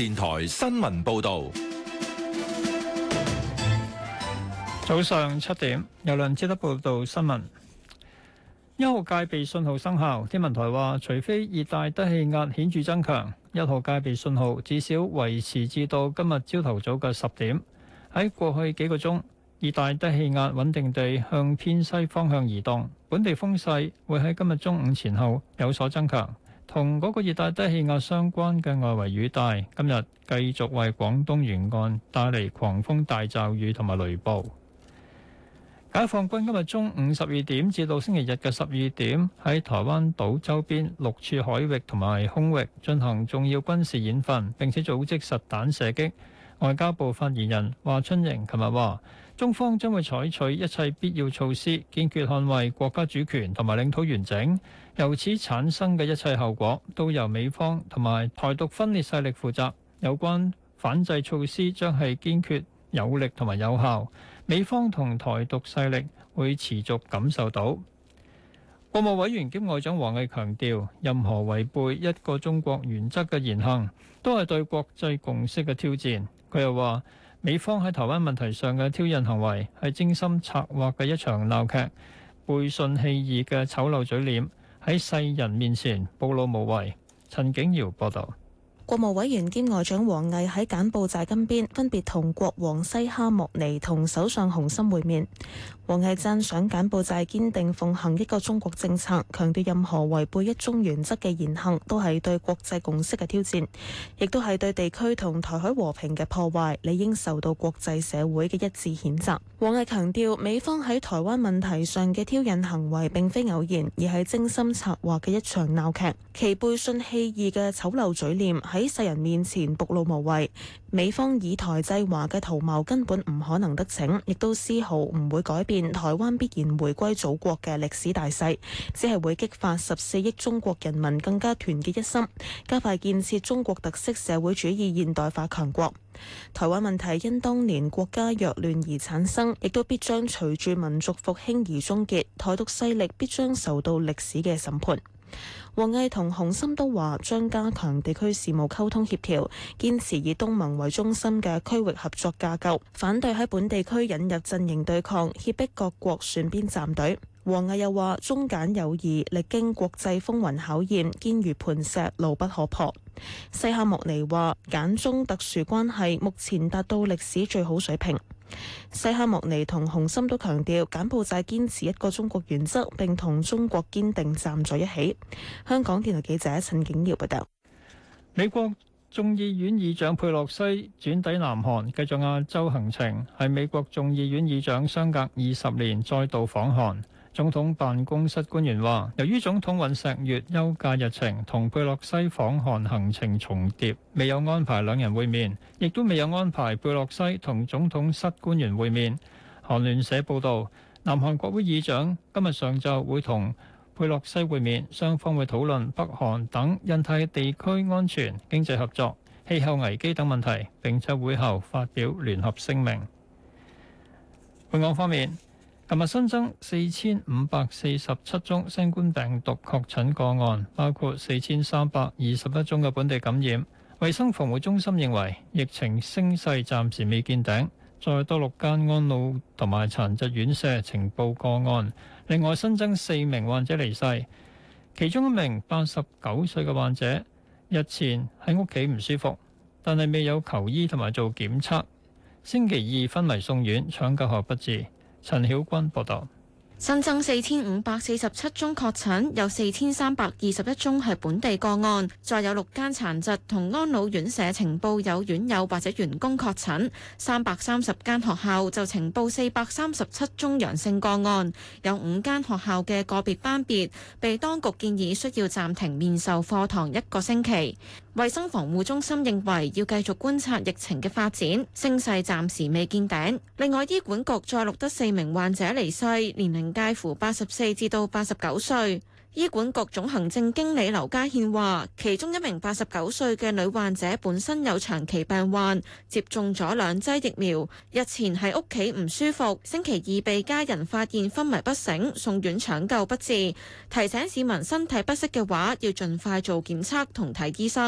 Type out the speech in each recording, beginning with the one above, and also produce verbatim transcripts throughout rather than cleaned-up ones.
電台新聞報道。 早上七點，由梁志德報道新聞。一號戒備信號生效，天文台話，除非熱帶低氣壓顯著增強，一號戒備信號至少維持至到今日朝頭早嘅十點。喺過去幾個鐘，熱帶低氣壓穩定地向偏西方向移動，本地風勢會喺今日中午前後有所增強。同嗰個熱帶低氣壓相關嘅外圍雨帶，今日繼續為廣東沿岸帶嚟狂風大驟雨同埋雷暴。解放軍今日中午十二點至到星期日嘅十二點，喺台灣島周邊六處海域同埋空域進行重要軍事演訓，並且組織實彈射擊。外交部發言人華春瑩琴日話，中方將會採取一切必要措施，堅決捍衛國家主權同埋領土完整。由此產生嘅一切後果，都由美方同埋台獨分裂勢力負責。有關反制措施將係堅決有力同埋有效。美方同台獨勢力會持續感受到。國務委員兼外長王毅強調，任何違背一個中國原則嘅言行，都係對國際共識嘅挑戰。佢又話，美方喺台灣問題上嘅挑釁行為係精心策劃嘅一場鬧劇，背信棄義嘅醜陋嘴臉喺世人面前暴露無遺。陳景堯報道。 國務委員兼外長王毅喺柬埔寨金邊分別同國王西哈莫尼同首相洪森會面。王毅讚賞柬埔寨堅定奉行一個中國政策，強調任何違背一中原則嘅言行都係對國際共識嘅挑戰，亦都係對地區同台海和平嘅破壞，理應受到國際社會嘅一致譴責。王毅強調，美方喺台灣問題上嘅挑釁行為並非偶然，而係精心策劃嘅一場鬧劇，其背信棄義嘅醜陋嘴臉喺世人面前暴露無遺。美方以台制華嘅圖謀根本唔可能得逞，亦都絲毫唔會改變台灣必然回歸祖國嘅歷史大勢，只係會激發十四億中國人民更加團結一心，加快建設中國特色社會主義現代化強國。台灣問題因當年國家弱亂而產生，亦都必將隨住民族復興而終結，台獨勢力必將受到歷史嘅審判。王毅同洪森都話將加強地區事務溝通協調，堅持以東盟為中心嘅區域合作架構，反對喺本地區引入陣營對抗，脅迫各國選邊站隊。王毅又話中柬友誼歷經國際風雲考驗，堅如磐石，牢不可破。西哈莫尼話柬中特殊關係目前達到歷史最好水平。西哈莫尼同洪森都強調柬埔寨堅持一個中國原則，並同中國堅定站在一起。香港電台記者陳景堯報道。 美國眾議院議長佩洛西轉抵南韓，繼續亞洲行程，係美國眾議院議長相隔二十年再度訪韓。總統辦公室官員話，由於總統尹錫悅休假日程同佩洛西訪韓行程重疊，未有安排兩人會面，亦都未有安排佩洛西同總統室官員會面。韓聯社報導，南韓國會議長今日上晝會同佩洛西會面，雙方會討論北韓等印太地區安全、經濟合作、氣候危機等問題，並且會後發表聯合聲明。本港方面，琴日新增四千五百四十七宗新冠病毒確診個案，包括四千三百二十一宗嘅本地感染。衛生防護中心認為疫情升勢暫時未見頂，再多六間安老同埋殘疾院舍呈報個案。另外新增四名患者離世，其中一名八十九歲嘅患者日前喺屋企唔舒服，但係未有求醫同埋做檢測，星期二昏迷送院，搶救後不治。陳曉君報道。 新增四千五百四十七宗確診，有四千三百二十一宗係本地個案，再有六間殘疾同安老院舍呈報有院友或者員工確診，三百三十間學校就呈報四百三十七宗陽性個案，有五間學校嘅個別班別被當局建議需要暫停面授課堂一個星期。衛生防護中心認為要繼續觀察疫情嘅發展，升勢暫時未見頂。另外，醫管局再錄得四名患者離世，年齡介乎八十四至到八十九歲。醫管局總行政經理劉家憲話，其中一名八十九歲嘅女患者本身有長期病患，接種咗兩劑疫苗，日前喺屋企唔舒服，星期二被家人發現昏迷不醒，送院搶救不治。提醒市民身體不適嘅話，要盡快做檢測同睇醫生。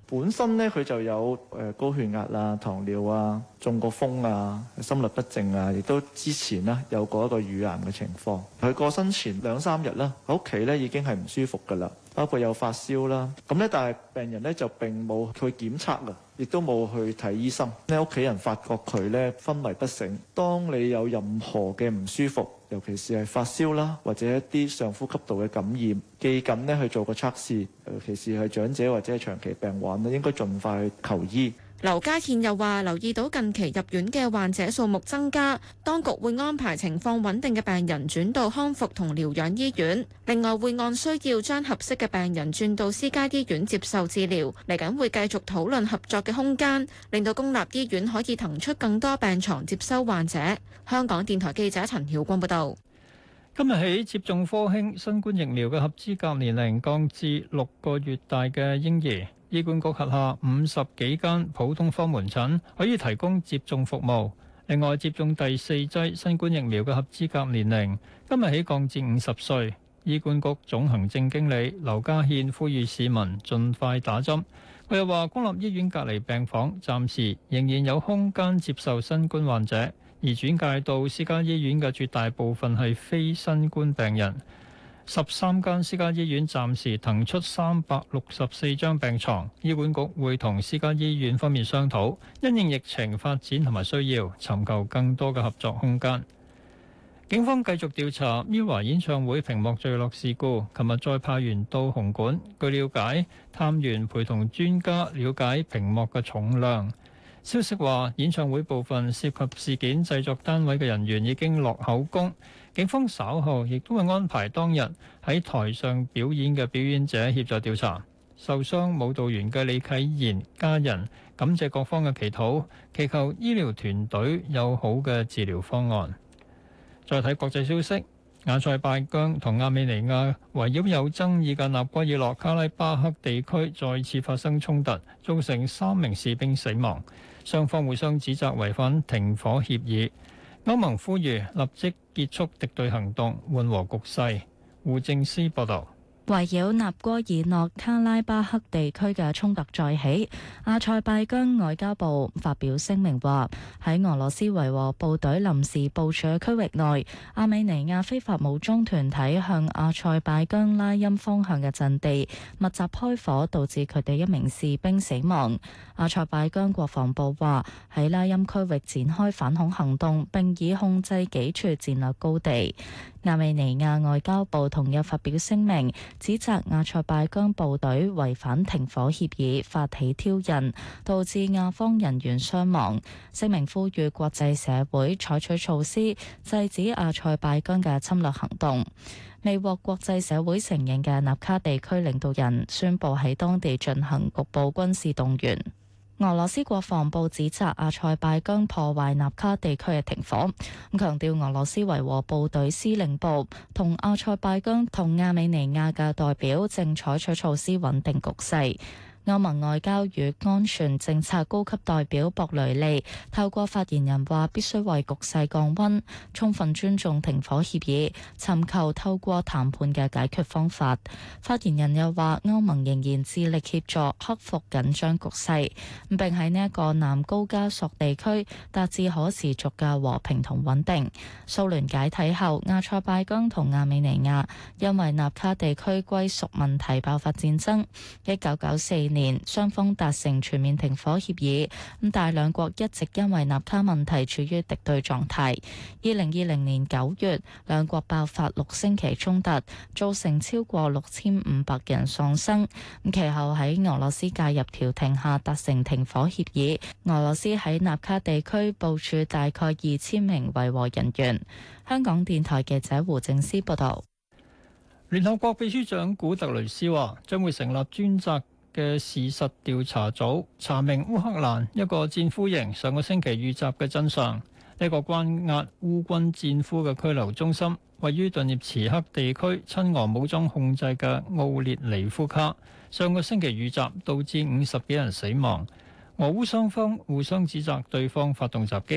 本身咧佢就有誒高血壓啊、糖尿啊、中過風啊、心律不正啊，亦都之前呢有過一個乳癌嘅情況。佢過身前兩三日啦，喺屋企咧已經係唔舒服㗎啦，包括有發燒啦。咁咧，但係病人咧就並冇去檢測啊，亦都冇去睇醫生。咧屋企人發覺佢咧昏迷不醒。當你有任何嘅唔舒服，尤其是係發燒啦，或者一啲上呼吸道嘅感染，記緊呢去做個測試，尤其是係長者或者係長期病患咧，應該盡快去求醫。 劉家獻又話：留意到近期入院嘅患者數目增加，當局會安排情況穩定嘅病人轉到康復同療養醫院。另外會按需要將合適嘅病人轉到私家醫院接受治療。嚟緊會繼續討論合作嘅空間，令到公立醫院可以騰出更多病床接收患者。香港電台記者陳曉光報道。 今日起接種科興新冠疫苗嘅合資格年齡降至六個月大嘅嬰兒。醫管局轄下五十幾間普通科門診可以提供接種服務。另外，接種第四劑新冠疫苗嘅合資格年齡今日起降至五十歲。醫管局總行政經理劉家獻呼籲市民盡快打針。佢又話，公立醫院隔離病房暫時仍然有空間接受新冠患者，而轉介到私家醫院嘅絕大部分係非新冠病人。十三間私家醫院暫時騰出三百六十四張病床，醫管局會同私家醫院方面商討，因應疫情發展同埋需要，尋求更多嘅合作空間。警方繼續調查 MIRROR 演唱會屏幕墜落事故，琴日再派員到紅館。據了解，探員陪同專家了解屏幕嘅重量。消息話，演唱會部分涉及事件製作單位嘅人員已經落口供。警方稍後亦都會安排當日喺台上表演嘅表演者協助調查。受傷舞蹈員嘅李啟賢家人感謝各方嘅祈禱，祈求醫療團隊有好嘅治療方案。再睇國際消息，亞塞拜疆同亞美尼亞圍繞有爭議嘅納戈爾諾卡拉巴克地區再次發生衝突，造成三名士兵死亡，雙方互相指責違反停火協議。歐盟呼籲立即結束敵對行動，緩和局勢。胡正思報導。 圍繞納戈爾諾卡拉巴克地區嘅衝突再起，阿塞拜疆外交部發表聲明話，喺俄羅斯維和部隊臨時部署嘅區域內，阿美尼亞非法武裝團體向阿塞拜疆拉欽方向嘅陣地密集開火，導致佢哋一名士兵死亡。阿塞拜疆國防部話，喺拉欽區域展開反恐行動，並已控制幾處戰略高地。亞美尼亞外交部同日發表聲明，指責阿塞拜疆部隊違反停火協議，發起挑釁，導致亞方人員傷亡。聲明呼籲國際社會採取措施，制止阿塞拜疆嘅侵略行動。未獲國際社會承認嘅納卡地區領導人宣布喺當地進行局部軍事動員。俄羅斯國防部指責阿塞拜疆破壞納卡地區嘅停火，咁強調俄羅斯維和部隊司令部同阿塞拜疆同亞美尼亞嘅代表正採取措施穩定局勢。歐盟外交與安全政策高級代表博雷利透過發言人話，必須為局勢降溫，充分尊重停火協議，尋求透過談判嘅解決方法。發言人又話，歐盟仍然致力協助克服緊張局勢，並喺呢一個南高加索地區達至可持續嘅和平同穩定。蘇聯解體後，阿塞拜疆同亞美尼亞因為納卡地區歸屬問題爆發戰爭。一九九四年年雙方達成全面停火協議，咁但兩國一直因為納卡問題處於敵對狀態。二零二零年九月，兩國爆發六星期衝突，造成超過六千五百人喪生。咁其後喺俄羅斯介入調停下達成停火協議。俄羅斯喺納卡地區部署大概二千名維和人員。香港電台記者胡正思報道。 聯合國秘書長古特雷斯話，將會成立專責嘅事實調查組，查明烏克蘭一個戰俘營上個星期遇襲嘅真相。呢個關押烏軍戰俘嘅拘留中心位於頓涅茨克地區親俄武裝控制嘅奧列尼夫卡，上個星期遇襲，導致五十幾人死亡。俄烏雙方互相指責對方發動襲擊。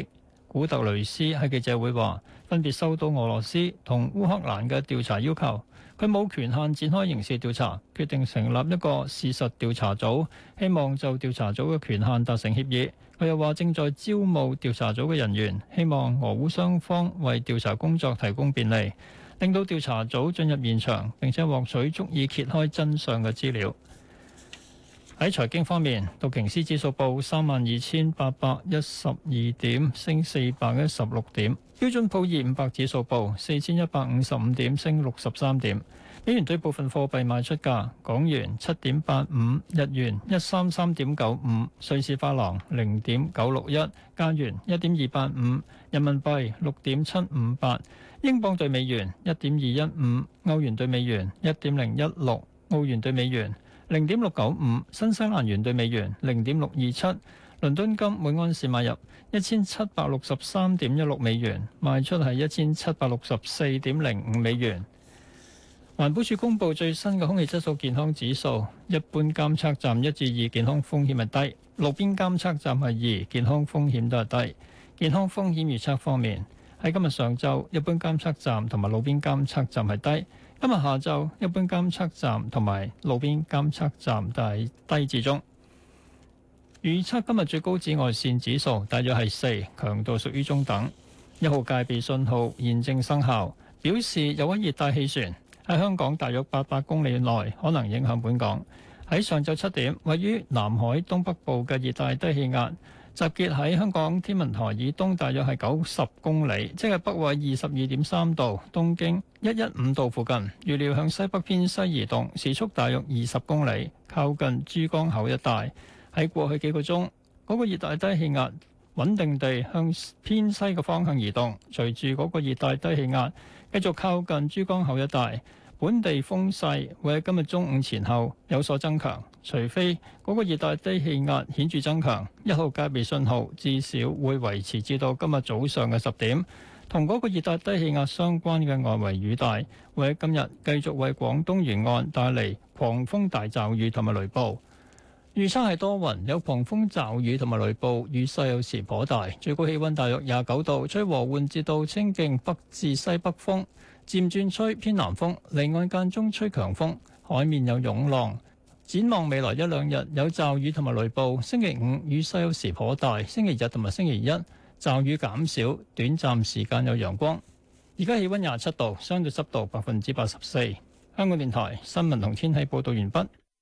古特雷斯喺記者會話，分別收到俄羅斯同烏克蘭嘅調查要求，佢冇權限展開刑事調查，決定成立一個事實調查組，希望就調查組嘅權限達成協議。佢又話正在招募調查組嘅人員，希望俄烏雙方為調查工作提供便利，令到調查組進入現場並且獲取足以揭開真相嘅資料。喺財經方面，道瓊斯指數報三萬二千八百一十二點，升四百一十六點；標準普爾五百指數報四千一百五十五點，升六十三點。美元對部分貨幣賣出價：港元七點八五，日元一三三點九五，瑞士法郎零點九六一，加元一點二八五，人民幣六點七五八，英鎊對美元一點二一五，歐元對美元一點零一六，澳元對美元零點六九五，新西蘭元對美元零點六二七，倫敦金每安士買入一千七百六十三點一六美元，賣出係一千七百六十四點零五美元。環保署公布最新嘅空氣質素健康指數，一般監測站一至二健康風險係低，路邊監測站係二健康風險都係低。健康風險預測方面，喺今日上晝一般監測站同埋路邊監測站係低，今日下晝一般監測站同埋路邊監測站都係低至中。預測今日最高紫外線指數大約係四，強度屬於中等。一號戒備信號現正生效，表示有一熱帶氣旋喺香港大約八百公里內可能影響本港。喺上晝七點，位於南海東北部嘅熱帶低氣壓集結喺香港天文台以東大約係九十公里，即係北緯二十二點三度、東經一一五度附近。預料向西北偏西移動，時速大約二十公里，靠近珠江口一帶。喺過去幾個鐘，嗰個熱帶低氣壓穩定地向偏西嘅方向移動，隨住嗰個熱帶低氣壓繼續靠近珠江口一帶，本地風勢會喺今日中午前後有所增強，除非嗰個熱帶低氣壓顯著增強，一號戒備信號至少會維持至到今日早上嘅十點。同嗰個熱帶低氣壓相關嘅外圍雨帶會喺今日繼續為廣東沿岸帶嚟狂風大驟雨同埋雷暴。預測係多雲，有狂風驟雨同埋雷暴，雨勢有時頗大，最高氣溫大約廿九度，吹和緩至到清勁北至西北風，漸轉吹偏南風，離岸間中吹強風，海面有湧浪。展望未來一兩日有驟雨同埋雷暴，星期五雨勢有時頗大，星期日同埋星期一驟雨減少，短暫時間有陽光。而家氣溫廿七度，相對濕度百分之八十四。香港電台新聞同天氣報道完畢。